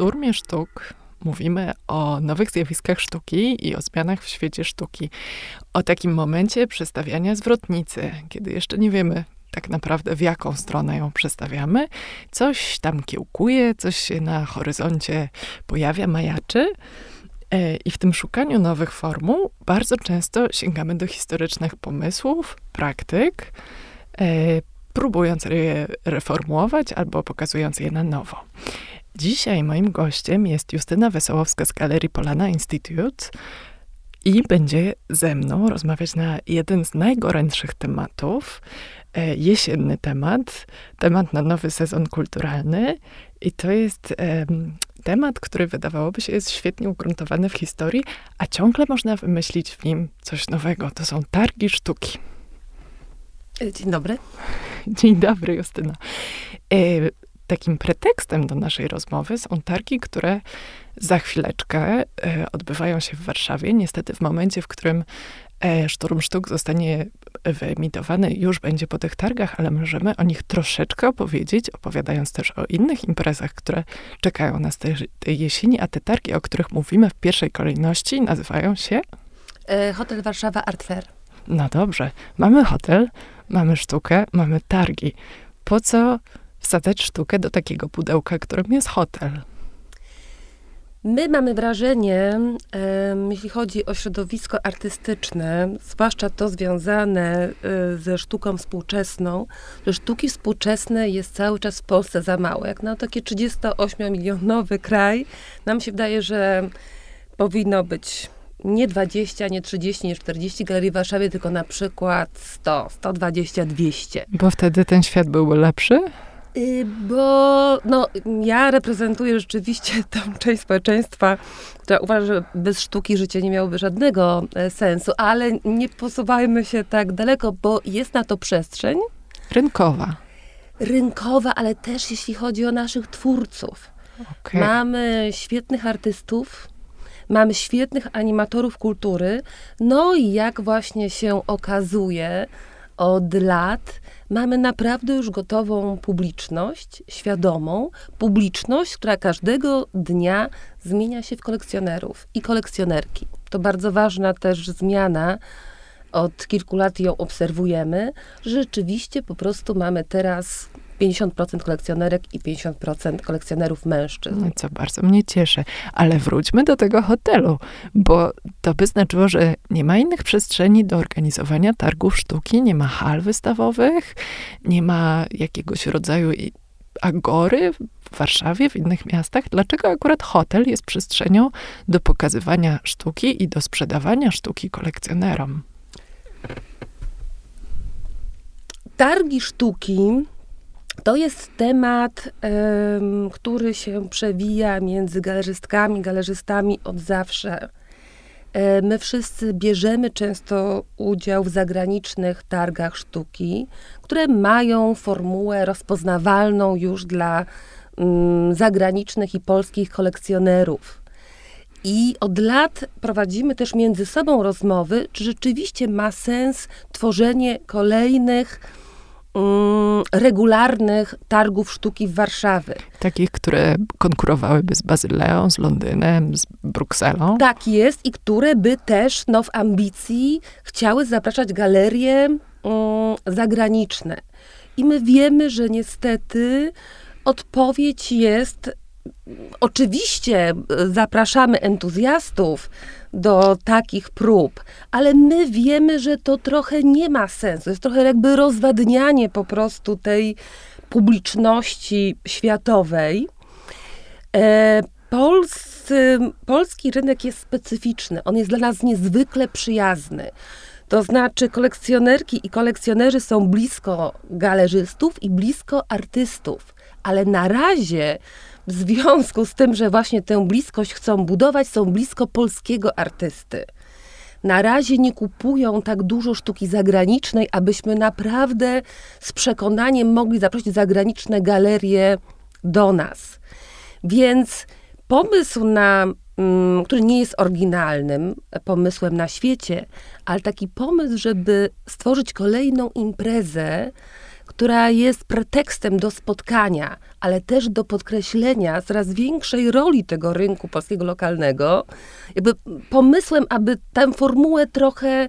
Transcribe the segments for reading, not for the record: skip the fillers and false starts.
Szturmie Sztuk mówimy o nowych zjawiskach sztuki i o zmianach w świecie sztuki. O takim momencie przestawiania zwrotnicy, kiedy jeszcze nie wiemy tak naprawdę, w jaką stronę ją przestawiamy. Coś tam kiełkuje, coś się na horyzoncie pojawia, majaczy. I w tym szukaniu nowych formuł bardzo często sięgamy do historycznych pomysłów, praktyk, próbując je reformułować albo pokazując je na nowo. Dzisiaj moim gościem jest Justyna Wesołowska z Galerii Polana Institute i będzie ze mną rozmawiać na jeden z najgorętszych tematów, jesienny temat na nowy sezon kulturalny i to jest temat, który wydawałoby się jest świetnie ugruntowany w historii, a ciągle można wymyślić w nim coś nowego. To są targi sztuki. Dzień dobry. Dzień dobry, Justyna. Takim pretekstem do naszej rozmowy są targi, które za chwileczkę odbywają się w Warszawie. Niestety w momencie, w którym Szturm Sztuk zostanie wyemitowany, już będzie po tych targach, ale możemy o nich troszeczkę opowiedzieć, opowiadając też o innych imprezach, które czekają nas tej jesieni, a te targi, o których mówimy w pierwszej kolejności, nazywają się? Hotel Warszawa Art Fair. No dobrze. Mamy hotel, mamy sztukę, mamy targi. Po co wsadzać sztukę do takiego pudełka, którym jest hotel? My mamy wrażenie, jeśli chodzi o środowisko artystyczne, zwłaszcza to związane ze sztuką współczesną, że sztuki współczesnej jest cały czas w Polsce za mało. Jak na taki 38-milionowy kraj, nam się wydaje, że powinno być nie 20, nie 30, nie 40 galerii w Warszawie, tylko na przykład 100, 120, 200. Bo wtedy ten świat byłby lepszy? Bo ja reprezentuję rzeczywiście tą część społeczeństwa, która uważa, że bez sztuki życie nie miałoby żadnego sensu, ale nie posuwajmy się tak daleko, bo jest na to przestrzeń. Rynkowa, ale też jeśli chodzi o naszych twórców. Okay. Mamy świetnych artystów, mamy świetnych animatorów kultury, no i jak właśnie się okazuje od lat, mamy naprawdę już gotową publiczność, świadomą publiczność, która każdego dnia zmienia się w kolekcjonerów i kolekcjonerki. To bardzo ważna też zmiana. Od kilku lat ją obserwujemy, że rzeczywiście po prostu mamy teraz 50% kolekcjonerek i 50% kolekcjonerów mężczyzn. Co bardzo mnie cieszy. Ale wróćmy do tego hotelu, bo to by znaczyło, że nie ma innych przestrzeni do organizowania targów sztuki, nie ma hal wystawowych, nie ma jakiegoś rodzaju agory w Warszawie, w innych miastach. Dlaczego akurat hotel jest przestrzenią do pokazywania sztuki i do sprzedawania sztuki kolekcjonerom? Targi sztuki to jest temat, który się przewija między galerzystami od zawsze. My wszyscy bierzemy często udział w zagranicznych targach sztuki, które mają formułę rozpoznawalną już dla zagranicznych i polskich kolekcjonerów. I od lat prowadzimy też między sobą rozmowy, czy rzeczywiście ma sens tworzenie kolejnych regularnych targów sztuki w Warszawie. Takich, które konkurowałyby z Bazyleą, z Londynem, z Brukselą. Tak jest i które by też w ambicji chciały zapraszać galerie zagraniczne. I my wiemy, że niestety odpowiedź jest, oczywiście zapraszamy entuzjastów do takich prób, ale my wiemy, że to trochę nie ma sensu. Jest trochę jakby rozwadnianie po prostu tej publiczności światowej. Polski rynek jest specyficzny. On jest dla nas niezwykle przyjazny. To znaczy kolekcjonerki i kolekcjonerzy są blisko galerzystów i blisko artystów. Ale na razie w związku z tym, że właśnie tę bliskość chcą budować, są blisko polskiego artysty. Na razie nie kupują tak dużo sztuki zagranicznej, abyśmy naprawdę z przekonaniem mogli zaprosić zagraniczne galerie do nas. Więc pomysł który nie jest oryginalnym pomysłem na świecie, ale taki pomysł, żeby stworzyć kolejną imprezę, która jest pretekstem do spotkania, ale też do podkreślenia coraz większej roli tego rynku polskiego lokalnego, jakby pomysłem, aby tę formułę trochę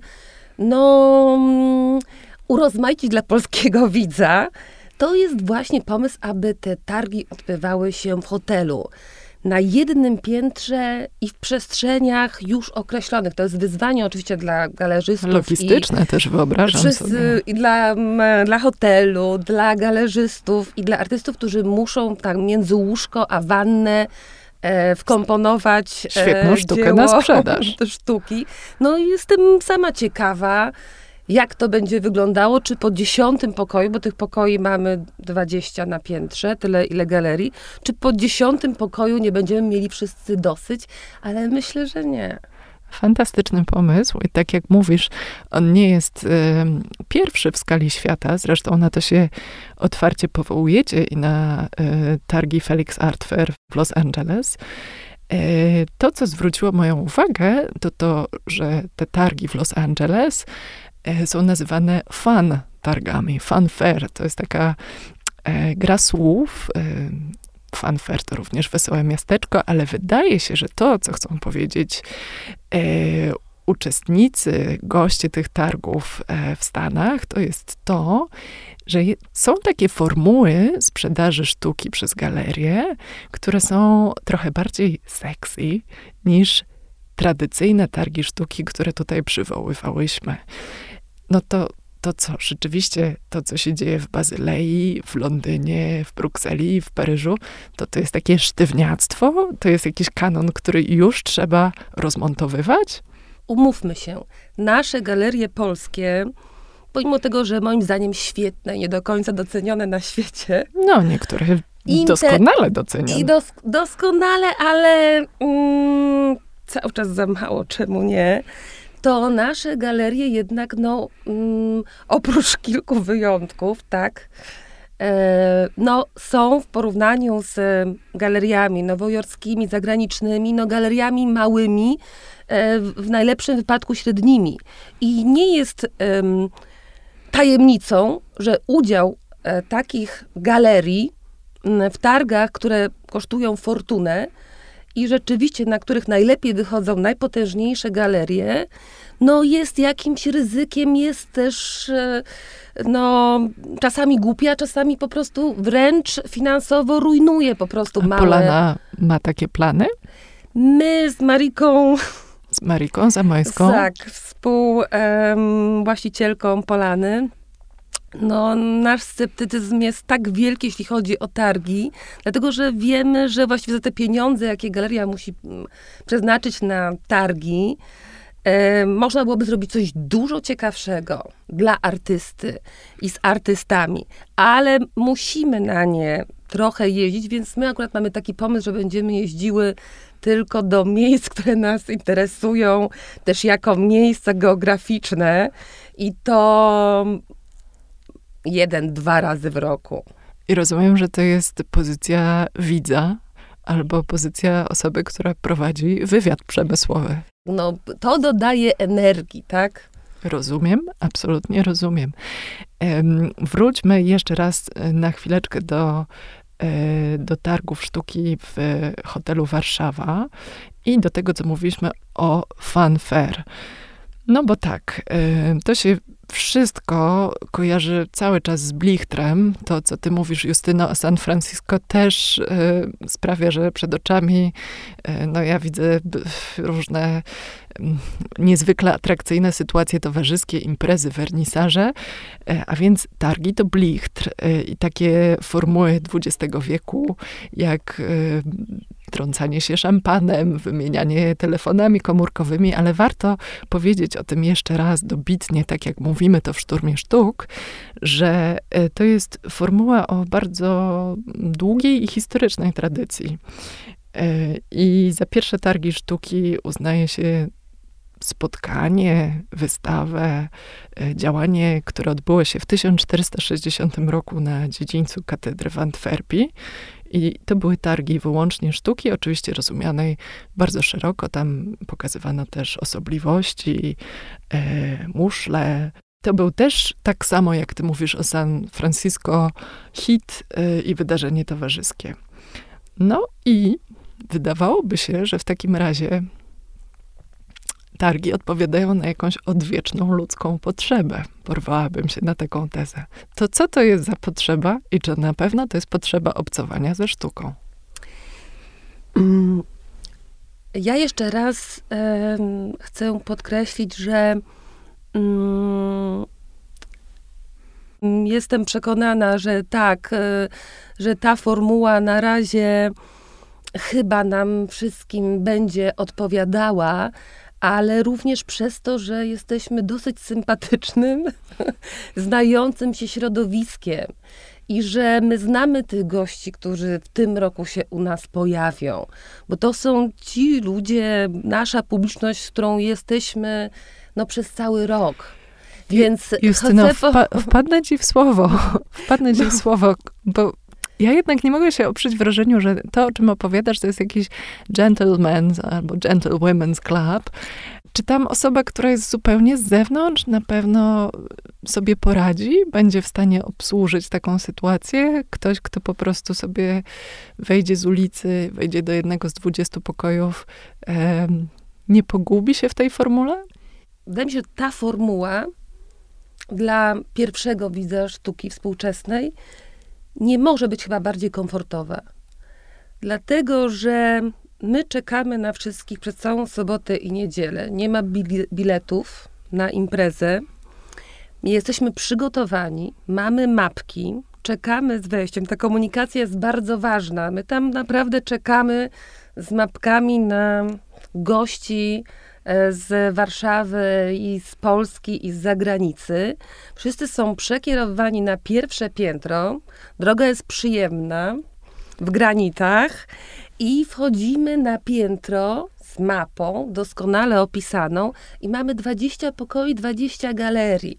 urozmaicić dla polskiego widza, to jest właśnie pomysł, aby te targi odbywały się w hotelu. Na jednym piętrze i w przestrzeniach już określonych. To jest wyzwanie oczywiście dla galerzystów. Logistyczne też wyobrażam sobie. I dla hotelu, dla galerzystów i dla artystów, którzy muszą tak między łóżko a wannę wkomponować świetną sztukę dzieło na sprzedaż. Sztuki. No i jestem sama ciekawa, jak to będzie wyglądało, czy po 10 pokoju, bo tych pokoi mamy 20 na piętrze, tyle ile galerii, czy po 10 pokoju nie będziemy mieli wszyscy dosyć, ale myślę, że nie. Fantastyczny pomysł i tak jak mówisz, on nie jest pierwszy w skali świata, zresztą na to się otwarcie powołujecie i na targi Felix Art Fair w Los Angeles. To, co zwróciło moją uwagę, to, że te targi w Los Angeles są nazywane fun targami. Fun fair to jest taka gra słów. Fun fair to również wesołe miasteczko, ale wydaje się, że to, co chcą powiedzieć uczestnicy, goście tych targów w Stanach, to jest to, że są takie formuły sprzedaży sztuki przez galerie, które są trochę bardziej sexy niż tradycyjne targi sztuki, które tutaj przywoływałyśmy. No to co, rzeczywiście to, co się dzieje w Bazylei, w Londynie, w Brukseli, w Paryżu, to jest takie sztywniactwo? To jest jakiś kanon, który już trzeba rozmontowywać? Umówmy się, nasze galerie polskie, pomimo tego, że moim zdaniem świetne, nie do końca docenione na świecie. No, niektóre doskonale docenione. Doskonale, ale cały czas za mało, czemu nie? To nasze galerie jednak, oprócz kilku wyjątków, tak, są w porównaniu z galeriami nowojorskimi, zagranicznymi, galeriami małymi, w najlepszym wypadku średnimi. I nie jest tajemnicą, że udział takich galerii w targach, które kosztują fortunę, i rzeczywiście, na których najlepiej wychodzą najpotężniejsze galerie, jest jakimś ryzykiem, jest też czasami głupia, czasami po prostu wręcz finansowo rujnuje po prostu małe. Polana ma takie plany? My z Mariką... Z Mariką Zamojską? Tak, współwłaścicielką Polany. Nasz sceptycyzm jest tak wielki, jeśli chodzi o targi, dlatego że wiemy, że właściwie za te pieniądze, jakie galeria musi przeznaczyć na targi, można byłoby zrobić coś dużo ciekawszego dla artysty i z artystami, ale musimy na nie trochę jeździć, więc my akurat mamy taki pomysł, że będziemy jeździły tylko do miejsc, które nas interesują, też jako miejsca geograficzne i to 1-2 razy w roku. I rozumiem, że to jest pozycja widza albo pozycja osoby, która prowadzi wywiad przemysłowy. To dodaje energii, tak? Rozumiem, absolutnie rozumiem. Wróćmy jeszcze raz na chwileczkę do targów sztuki w hotelu Warszawa i do tego, co mówiliśmy o Fun Fair. Bo tak, to się wszystko kojarzy cały czas z blichtrem. To, co ty mówisz, Justyno, o San Francisco też sprawia, że przed oczami ja widzę różne niezwykle atrakcyjne sytuacje towarzyskie, imprezy, wernisaże, a więc targi to blichtr i takie formuły XX wieku, jak trącanie się szampanem, wymienianie telefonami komórkowymi, ale warto powiedzieć o tym jeszcze raz dobitnie, tak jak mówimy to w Szturmie Sztuk, że to jest formuła o bardzo długiej i historycznej tradycji. I za pierwsze targi sztuki uznaje się spotkanie, wystawę, działanie, które odbyło się w 1460 roku na dziedzińcu katedry w Antwerpii. I to były targi wyłącznie sztuki, oczywiście rozumianej bardzo szeroko. Tam pokazywano też osobliwości, muszle, To był też, tak samo jak ty mówisz o San Francisco, hit i wydarzenie towarzyskie. No i wydawałoby się, że w takim razie targi odpowiadają na jakąś odwieczną ludzką potrzebę. Porwałabym się na taką tezę. To co to jest za potrzeba i czy na pewno to jest potrzeba obcowania ze sztuką? Ja jeszcze raz chcę podkreślić, że jestem przekonana, że tak, że ta formuła na razie chyba nam wszystkim będzie odpowiadała, ale również przez to, że jesteśmy dosyć sympatycznym, znającym się środowiskiem i że my znamy tych gości, którzy w tym roku się u nas pojawią, bo to są ci ludzie, nasza publiczność, z którą jesteśmy przez cały rok. Więc Justyno, wpadnę ci w słowo, bo ja jednak nie mogę się oprzeć wrażeniu, że to, o czym opowiadasz, to jest jakiś gentleman's albo gentlewomen's club. Czy tam osoba, która jest zupełnie z zewnątrz, na pewno sobie poradzi, będzie w stanie obsłużyć taką sytuację? Ktoś, kto po prostu sobie wejdzie z ulicy, wejdzie do jednego z 20 pokojów, nie pogubi się w tej formule? Wydaje mi się, że ta formuła dla pierwszego widza sztuki współczesnej nie może być chyba bardziej komfortowa. Dlatego, że my czekamy na wszystkich przez całą sobotę i niedzielę. Nie ma biletów na imprezę. Jesteśmy przygotowani, mamy mapki, czekamy z wejściem. Ta komunikacja jest bardzo ważna. My tam naprawdę czekamy z mapkami na gości z Warszawy i z Polski i z zagranicy. Wszyscy są przekierowani na pierwsze piętro. Droga jest przyjemna, w granitach i wchodzimy na piętro z mapą doskonale opisaną i mamy 20 pokoi, 20 galerii.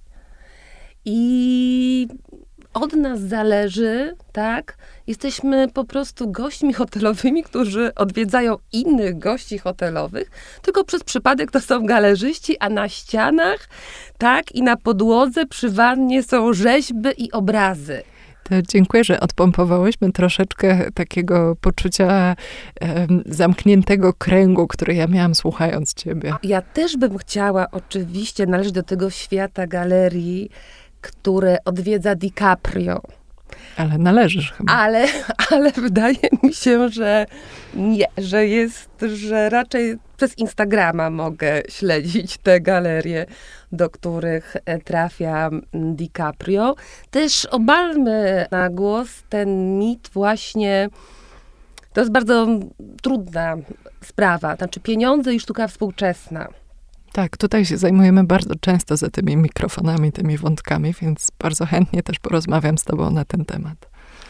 I od nas zależy, tak? Jesteśmy po prostu gośćmi hotelowymi, którzy odwiedzają innych gości hotelowych, tylko przez przypadek to są galerzyści, a na ścianach, tak, i na podłodze przy wannie są rzeźby i obrazy. To dziękuję, że odpompowałyśmy troszeczkę takiego poczucia zamkniętego kręgu, który ja miałam słuchając ciebie. Ja też bym chciała oczywiście należeć do tego świata galerii, które odwiedza DiCaprio. Ale należysz chyba. Ale wydaje mi się, że nie, że raczej przez Instagrama mogę śledzić te galerie, do których trafia DiCaprio. Też obalmy na głos ten mit właśnie, to jest bardzo trudna sprawa, znaczy pieniądze i sztuka współczesna. Tak, tutaj się zajmujemy bardzo często za tymi mikrofonami, tymi wątkami, więc bardzo chętnie też porozmawiam z tobą na ten temat.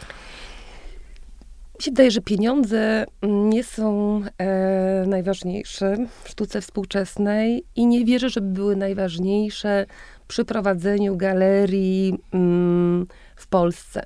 Mi się wydaje, że pieniądze nie są najważniejsze w sztuce współczesnej i nie wierzę, żeby były najważniejsze przy prowadzeniu galerii w Polsce.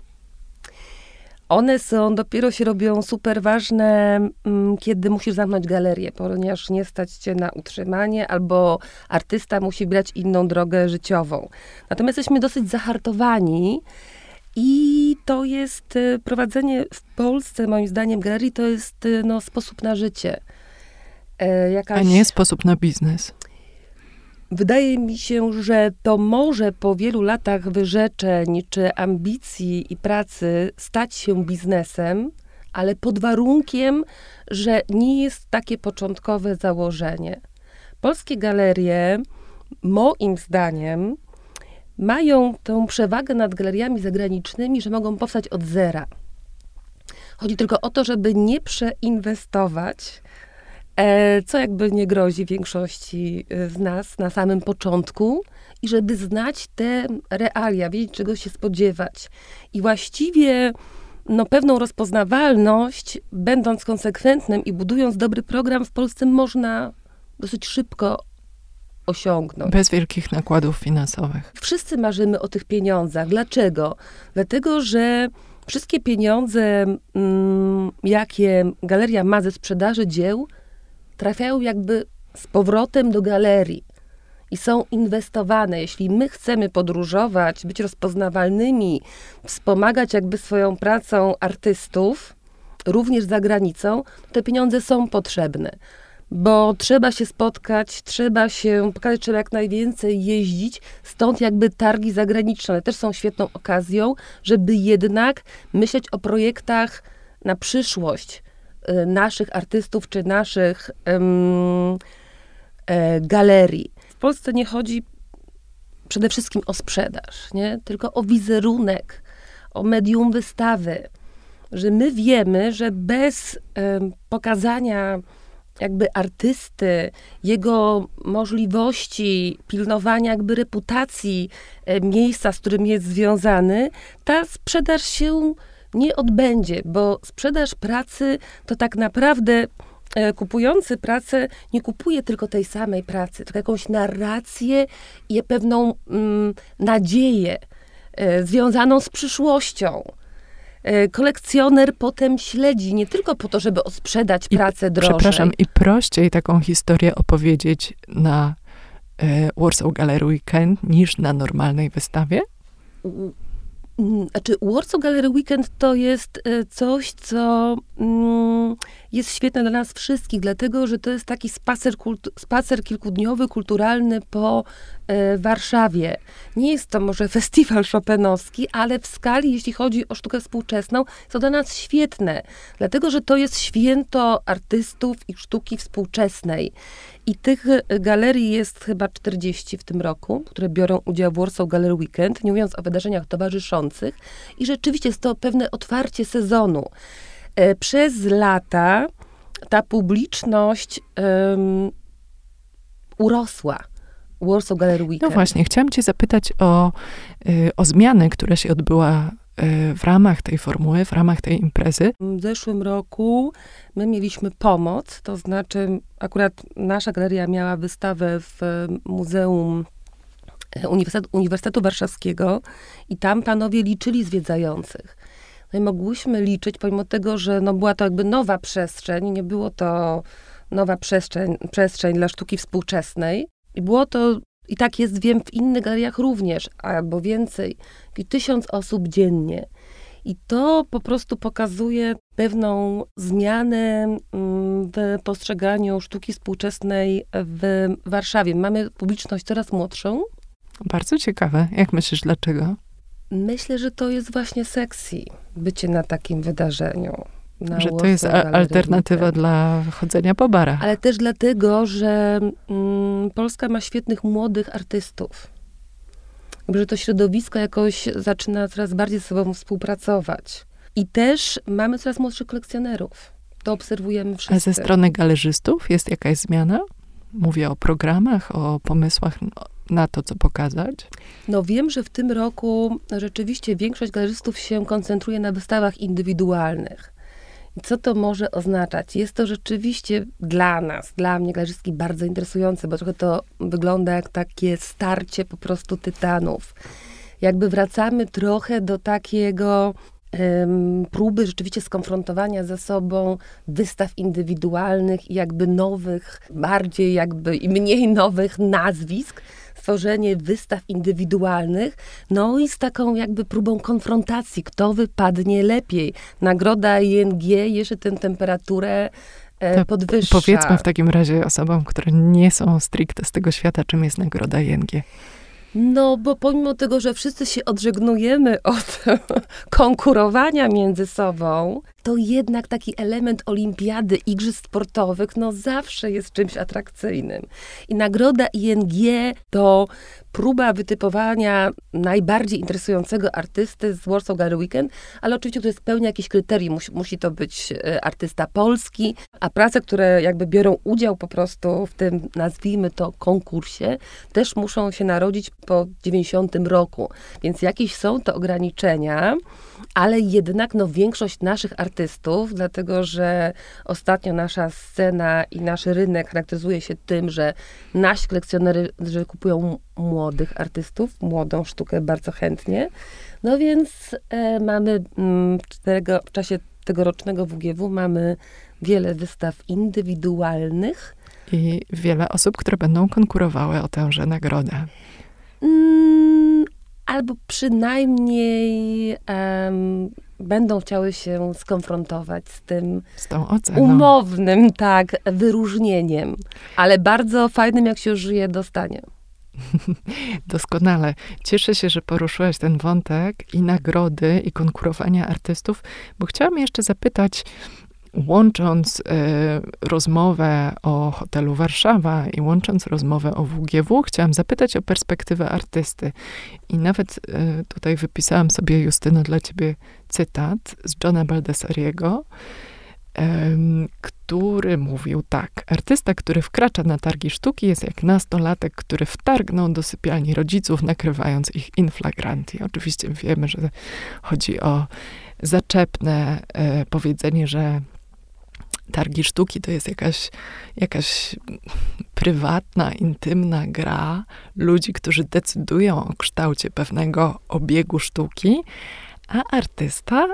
One dopiero się robią super ważne, kiedy musisz zamknąć galerię, ponieważ nie stać cię na utrzymanie, albo artysta musi wybrać inną drogę życiową. Natomiast jesteśmy dosyć zahartowani i to jest prowadzenie w Polsce, moim zdaniem, galerii, to jest sposób na życie. A nie sposób na biznes. Wydaje mi się, że to może po wielu latach wyrzeczeń czy ambicji i pracy stać się biznesem, ale pod warunkiem, że nie jest takie początkowe założenie. Polskie galerie, moim zdaniem, mają tę przewagę nad galeriami zagranicznymi, że mogą powstać od zera. Chodzi tylko o to, żeby nie przeinwestować, co jakby nie grozi większości z nas na samym początku i żeby znać te realia, wiedzieć, czego się spodziewać. I właściwie pewną rozpoznawalność, będąc konsekwentnym i budując dobry program w Polsce, można dosyć szybko osiągnąć. Bez wielkich nakładów finansowych. Wszyscy marzymy o tych pieniądzach. Dlaczego? Dlatego, że wszystkie pieniądze, jakie galeria ma ze sprzedaży dzieł, trafiają jakby z powrotem do galerii. i są inwestowane. Jeśli my chcemy podróżować, być rozpoznawalnymi, wspomagać jakby swoją pracą artystów, również za granicą, te pieniądze są potrzebne. Bo trzeba się spotkać, trzeba się pokazać, trzeba jak najwięcej jeździć, stąd jakby targi zagraniczne, ale też są świetną okazją, żeby jednak myśleć o projektach na przyszłość naszych artystów, czy naszych galerii. W Polsce nie chodzi przede wszystkim o sprzedaż, nie? Tylko o wizerunek, o medium wystawy, że my wiemy, że bez pokazania jakby artysty, jego możliwości pilnowania jakby reputacji miejsca, z którym jest związany, ta sprzedaż się nie odbędzie, bo sprzedaż pracy to tak naprawdę kupujący pracę nie kupuje tylko tej samej pracy, tylko jakąś narrację i pewną nadzieję związaną z przyszłością. Kolekcjoner potem śledzi nie tylko po to, żeby sprzedać pracę drożej. Przepraszam, i prościej taką historię opowiedzieć na Warsaw Gallery Weekend niż na normalnej wystawie? Znaczy, Warsaw Gallery Weekend to jest coś, co jest świetne dla nas wszystkich, dlatego, że to jest taki spacer kilkudniowy, kulturalny po Warszawie. Nie jest to może festiwal chopinowski, ale w skali, jeśli chodzi o sztukę współczesną, jest to dla nas świetne, dlatego, że to jest święto artystów i sztuki współczesnej. I tych galerii jest chyba 40 w tym roku, które biorą udział w Warsaw Gallery Weekend, nie mówiąc o wydarzeniach towarzyszących. I rzeczywiście jest to pewne otwarcie sezonu. Przez lata ta publiczność urosła. Warsaw Gallery Weekend. No właśnie, chciałam cię zapytać o zmiany, które się odbyła w ramach tej formuły, w ramach tej imprezy. W zeszłym roku my mieliśmy pomoc, to znaczy akurat nasza galeria miała wystawę w Muzeum Uniwersytetu Warszawskiego i tam panowie liczyli zwiedzających. No i mogłyśmy liczyć, pomimo tego, że była to jakby nowa przestrzeń, nie było to nowa przestrzeń dla sztuki współczesnej. I było to, i tak jest, wiem, w innych galeriach również, albo więcej, 1000 osób dziennie. I to po prostu pokazuje pewną zmianę w postrzeganiu sztuki współczesnej w Warszawie. Mamy publiczność coraz młodszą. Bardzo ciekawe. Jak myślisz, dlaczego? Myślę, że to jest właśnie sexy, bycie na takim wydarzeniu. Że to jest alternatywa dla chodzenia po barach. Ale też dlatego, że Polska ma świetnych młodych artystów. Że to środowisko jakoś zaczyna coraz bardziej ze sobą współpracować. I też mamy coraz młodszych kolekcjonerów. To obserwujemy wszyscy. A ze strony galerzystów jest jakaś zmiana? Mówię o programach, o pomysłach na to, co pokazać. No wiem, że w tym roku rzeczywiście większość galerzystów się koncentruje na wystawach indywidualnych. I co to może oznaczać? Jest to rzeczywiście dla nas, dla mnie galerzystki bardzo interesujące, bo trochę to wygląda jak takie starcie po prostu tytanów. Jakby wracamy trochę do takiego próby rzeczywiście skonfrontowania ze sobą wystaw indywidualnych i jakby nowych, bardziej jakby i mniej nowych nazwisk, stworzenie wystaw indywidualnych, no i z taką jakby próbą konfrontacji, kto wypadnie lepiej. Nagroda ING jeszcze tę temperaturę podwyższa. Powiedzmy w takim razie osobom, które nie są stricte z tego świata, czym jest nagroda ING. No, bo pomimo tego, że wszyscy się odżegnujemy od konkurowania między sobą, to jednak taki element olimpiady, igrzysk sportowych, no zawsze jest czymś atrakcyjnym. I nagroda ING to próba wytypowania najbardziej interesującego artysty z Warsaw Gallery Weekend, ale oczywiście, który spełnia jakieś kryterium. Musi to być artysta polski, a prace, które jakby biorą udział po prostu w tym, nazwijmy to, konkursie, też muszą się narodzić po 90 roku. Więc jakieś są to ograniczenia, ale jednak większość naszych artystów, dlatego że ostatnio nasza scena i nasz rynek charakteryzuje się tym, że nasi kolekcjonerzy kupują młodych artystów, młodą sztukę bardzo chętnie. No więc mamy w czasie tegorocznego WGW mamy wiele wystaw indywidualnych, i wiele osób, które będą konkurowały o tęże nagrodę. Albo przynajmniej będą chciały się skonfrontować z tą oceną. Umownym, wyróżnieniem. Ale bardzo fajnym, jak się żyje, dostanie. Doskonale. Cieszę się, że poruszyłaś ten wątek i nagrody, i konkurowania artystów, bo chciałam jeszcze zapytać, łącząc rozmowę o hotelu Warszawa i łącząc rozmowę o WGW, chciałam zapytać o perspektywę artysty. I nawet tutaj wypisałam sobie, Justyno, dla ciebie cytat z Johna Baldessariego, który mówił tak. Artysta, który wkracza na targi sztuki, jest jak nastolatek, który wtargnął do sypialni rodziców, nakrywając ich in flagranti. Oczywiście wiemy, że chodzi o zaczepne powiedzenie, że targi sztuki to jest jakaś prywatna, intymna gra ludzi, którzy decydują o kształcie pewnego obiegu sztuki, a artysta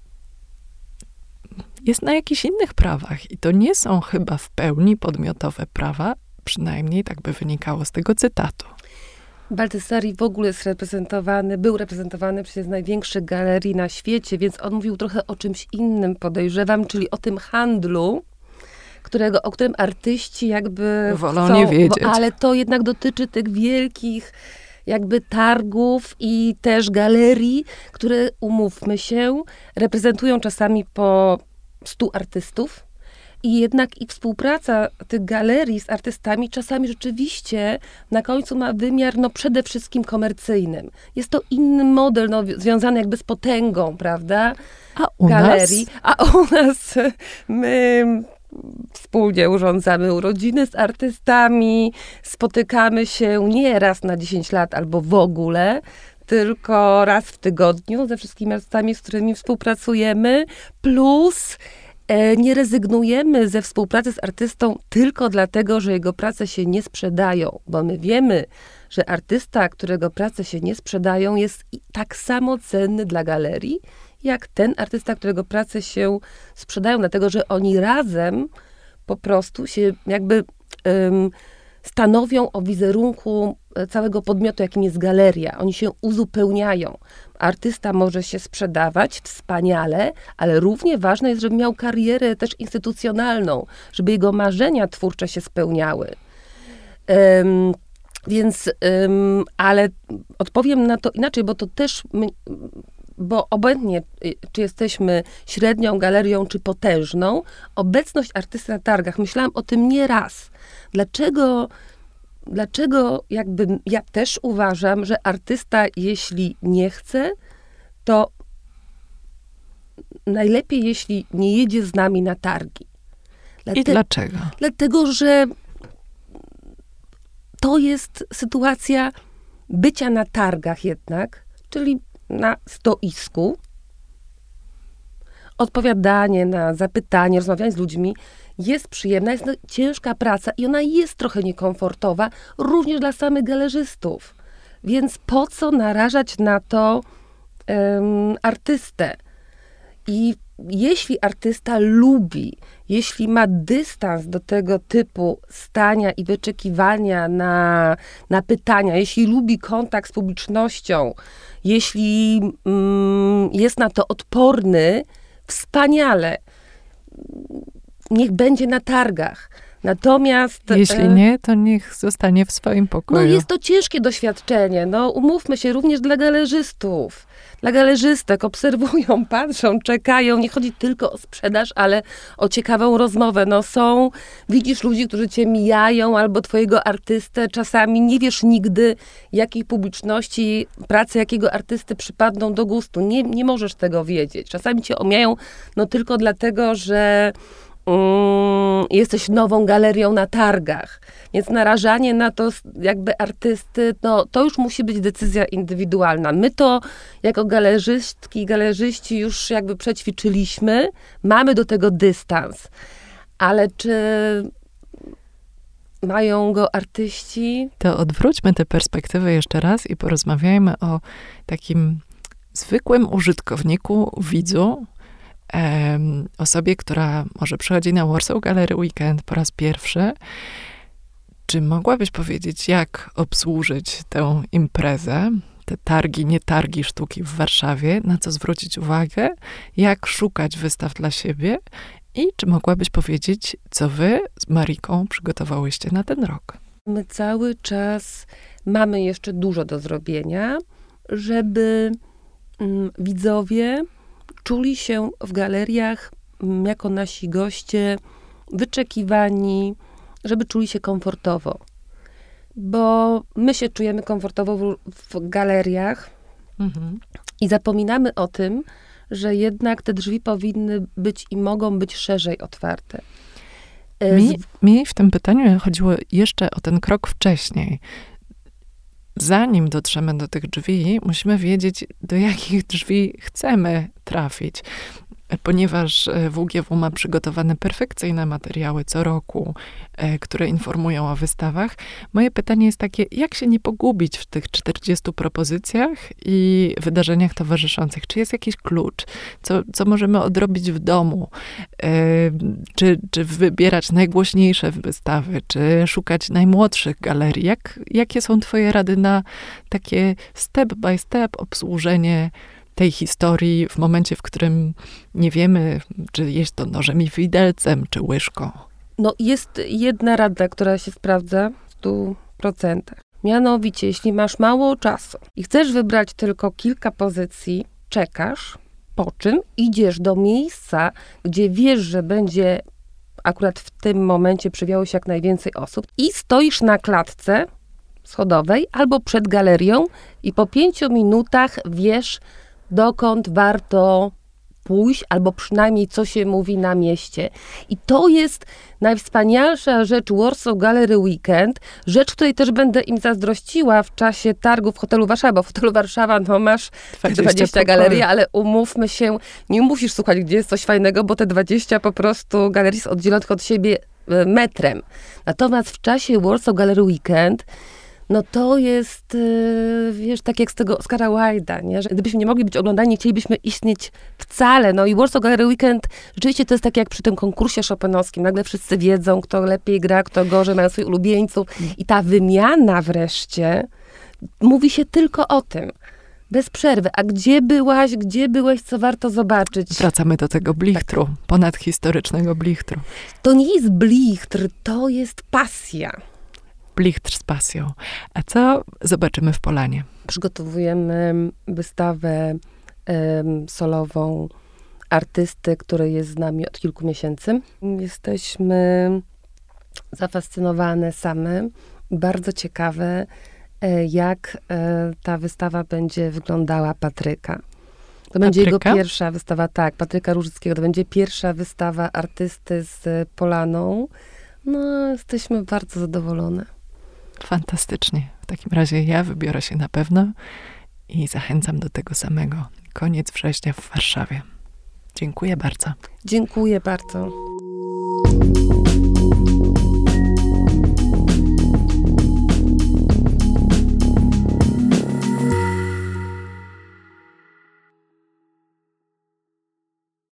jest na jakichś innych prawach. I to nie są chyba w pełni podmiotowe prawa, przynajmniej tak by wynikało z tego cytatu. Baldessari w ogóle był reprezentowany przez największych galerii na świecie, więc on mówił trochę o czymś innym, podejrzewam, czyli o tym handlu, o którym artyści jakby wolą nie wiedzieć. Ale to jednak dotyczy tych wielkich jakby targów i też galerii, które, umówmy się, reprezentują czasami po 100 artystów. I jednak ich współpraca tych galerii z artystami czasami rzeczywiście na końcu ma wymiar przede wszystkim komercyjnym. Jest to inny model, związany jakby z potęgą, prawda? A u galerii. A u nas my wspólnie urządzamy urodziny z artystami, spotykamy się nie raz na 10 lat albo w ogóle, tylko raz w tygodniu ze wszystkimi artystami, z którymi współpracujemy, plus nie rezygnujemy ze współpracy z artystą tylko dlatego, że jego prace się nie sprzedają, bo my wiemy, że artysta, którego prace się nie sprzedają, jest tak samo cenny dla galerii, jak ten artysta, którego prace się sprzedają, dlatego że oni razem po prostu się jakby stanowią o wizerunku całego podmiotu, jakim jest galeria. Oni się uzupełniają. Artysta może się sprzedawać wspaniale, ale równie ważne jest, żeby miał karierę też instytucjonalną, żeby jego marzenia twórcze się spełniały. Ale odpowiem na to inaczej, bo to też, bo obojętnie, czy jesteśmy średnią galerią, czy potężną, obecność artysty na targach, myślałam o tym nie raz. Dlaczego jakby ja też uważam, że artysta, jeśli nie chce, to najlepiej, jeśli nie jedzie z nami na targi. I dlaczego? Dlatego, że to jest sytuacja bycia na targach jednak, czyli na stoisku, odpowiadanie na zapytanie, rozmawianie z ludźmi jest przyjemna, jest ciężka praca i ona jest trochę niekomfortowa, również dla samych galerzystów. Więc po co narażać na to artystę? I jeśli artysta lubi, jeśli ma dystans do tego typu stania i wyczekiwania na pytania, jeśli lubi kontakt z publicznością, jeśli jest na to odporny, wspaniale. Niech będzie na targach. Natomiast... Jeśli nie, to niech zostanie w swoim pokoju. Jest to ciężkie doświadczenie. Umówmy się, również dla galerzystów. Dla galerzystek obserwują, patrzą, czekają. Nie chodzi tylko o sprzedaż, ale o ciekawą rozmowę. Widzisz ludzi, którzy cię mijają, albo twojego artystę. Czasami nie wiesz nigdy, jakiej publiczności prace jakiego artysty przypadną do gustu. Nie możesz tego wiedzieć. Czasami cię omijają tylko dlatego, że jesteś nową galerią na targach. Więc narażanie na to jakby artysty, to już musi być decyzja indywidualna. My to jako galerzystki i galerzyści już jakby przećwiczyliśmy, mamy do tego dystans. Ale czy mają go artyści? To odwróćmy tę perspektywę jeszcze raz i porozmawiajmy o takim zwykłym użytkowniku, widzu, osobie, która może przychodzi na Warsaw Gallery Weekend po raz pierwszy, czy mogłabyś powiedzieć, jak obsłużyć tę imprezę, te targi, nie targi sztuki w Warszawie, na co zwrócić uwagę, jak szukać wystaw dla siebie i czy mogłabyś powiedzieć, co wy z Mariką przygotowałyście na ten rok? My cały czas mamy jeszcze dużo do zrobienia, żeby widzowie czuli się w galeriach jako nasi goście wyczekiwani, żeby czuli się komfortowo. Bo my się czujemy komfortowo w galeriach i zapominamy o tym, że jednak te drzwi powinny być i mogą być szerzej otwarte. Mi w tym pytaniu chodziło jeszcze o ten krok wcześniej. Zanim dotrzemy do tych drzwi, musimy wiedzieć, do jakich drzwi chcemy trafić. Ponieważ WGW ma przygotowane perfekcyjne materiały co roku, które informują o wystawach, moje pytanie jest takie, jak się nie pogubić w tych 40 propozycjach i wydarzeniach towarzyszących? Czy jest jakiś klucz? Co możemy odrobić w domu? Czy wybierać najgłośniejsze wystawy? Czy szukać najmłodszych galerii? Jakie są twoje rady na takie step by step obsłużenie tej historii w momencie, w którym nie wiemy, czy jeść to nożem i widelcem, czy łyżką? No jest jedna rada, która się sprawdza w 100%. Mianowicie, jeśli masz mało czasu i chcesz wybrać tylko kilka pozycji, czekasz, po czym idziesz do miejsca, gdzie wiesz, że będzie akurat w tym momencie przywiało się jak najwięcej osób i stoisz na klatce schodowej albo przed galerią i po 5 minutach wiesz, dokąd warto pójść, albo przynajmniej co się mówi na mieście. I to jest najwspanialsza rzecz Warsaw Gallery Weekend, rzecz, której też będę im zazdrościła w czasie targu w hotelu Warszawa, bo w hotelu Warszawa masz 20 galerii, ale umówmy się, nie musisz słuchać, gdzie jest coś fajnego, bo te 20 po prostu galerii jest oddzielonych od siebie metrem. Natomiast w czasie Warsaw Gallery Weekend no to jest, wiesz, tak jak z tego Oscara Wilde'a, nie? Że gdybyśmy nie mogli być oglądani, nie chcielibyśmy istnieć wcale. No i Warsaw Gallery Weekend, rzeczywiście to jest tak jak przy tym konkursie chopinowskim. Nagle wszyscy wiedzą, kto lepiej gra, kto gorzej, mają swoich ulubieńców. I ta wymiana wreszcie, mówi się tylko o tym. Bez przerwy. A gdzie byłeś, co warto zobaczyć? Wracamy do tego blichtru, ponadhistorycznego blichtru. To nie jest blichtr, to jest pasja. Blichtr z pasją. A co zobaczymy w Polanie? Przygotowujemy wystawę solową artysty, który jest z nami od kilku miesięcy. Jesteśmy zafascynowane same, bardzo ciekawe, jak ta wystawa będzie wyglądała Patryka. To będzie jego pierwsza wystawa, tak, Patryka Różyckiego. To będzie pierwsza wystawa artysty z Polaną. No, jesteśmy bardzo zadowolone. Fantastycznie. W takim razie ja wybiorę się na pewno i zachęcam do tego samego. Koniec września w Warszawie. Dziękuję bardzo. Dziękuję bardzo.